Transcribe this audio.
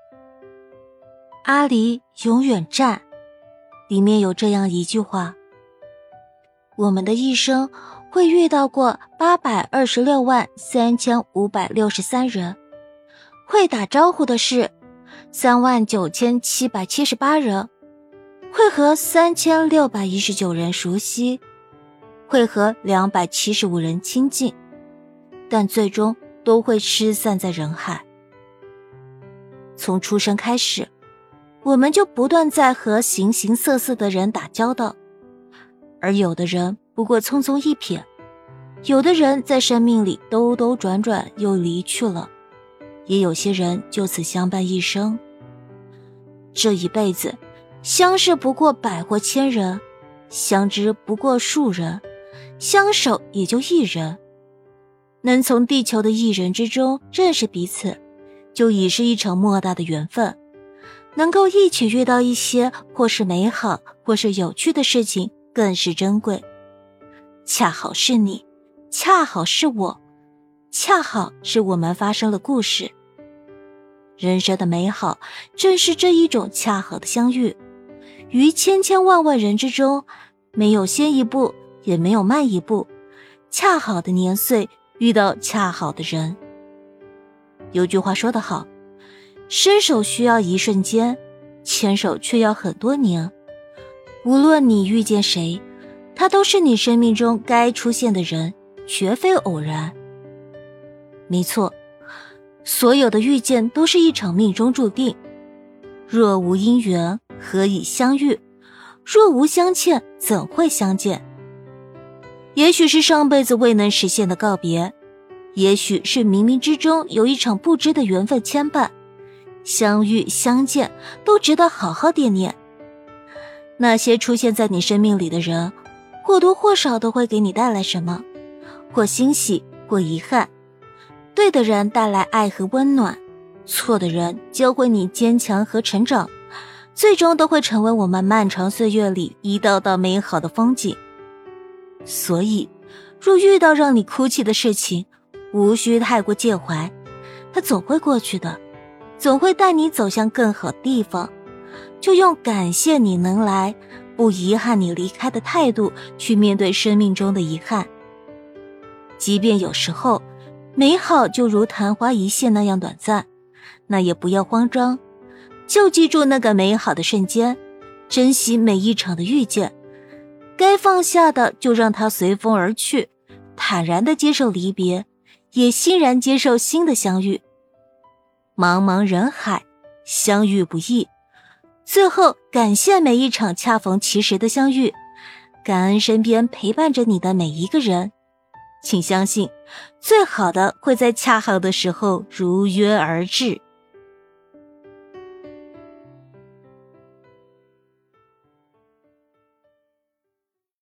阿离永远站里面有这样一句话：我们的一生会遇到过8263563人，会打招呼的是39778人，会和3619人熟悉，会和275人亲近，但最终都会失散在人海。从出生开始，我们就不断在和形形色色的人打交道，而有的人不过匆匆一瞥，有的人在生命里兜兜转转又离去了，也有些人就此相伴一生。这一辈子，相识不过100或1000人，相知不过数人，相守也就1人。能从地球的1人之中认识彼此，就已是一场莫大的缘分。能够一起遇到一些或是美好或是有趣的事情更是珍贵。恰好是你，恰好是我，恰好是我们发生了故事。人生的美好正是这一种恰好的相遇，于千千万万人之中，没有先一步也没有慢一步，恰好的年岁遇到恰好的人。有句话说得好，伸手需要一瞬间，牵手却要很多年。无论你遇见谁，他都是你生命中该出现的人，绝非偶然。没错，所有的遇见都是一场命中注定。若无因缘，何以相遇？若无相欠，怎会相见？也许是上辈子未能实现的告别，也许是冥冥之中有一场不知的缘分牵绊，相遇相见都值得好好惦念。那些出现在你生命里的人，或多或少都会给你带来什么，或欣喜，或遗憾。对的人带来爱和温暖，错的人教会你坚强和成长，最终都会成为我们漫长岁月里一道道美好的风景。所以，若遇到让你哭泣的事情，无需太过介怀，它总会过去的，总会带你走向更好的地方。就用感谢你能来，不遗憾你离开的态度去面对生命中的遗憾。即便有时候美好就如昙花一现那样短暂，那也不要慌张，就记住那个美好的瞬间，珍惜每一场的遇见。该放下的就让它随风而去，坦然地接受离别，也欣然接受新的相遇。茫茫人海，相遇不易。最后，感谢每一场恰逢其时的相遇，感恩身边陪伴着你的每一个人。请相信，最好的会在恰好的时候如约而至。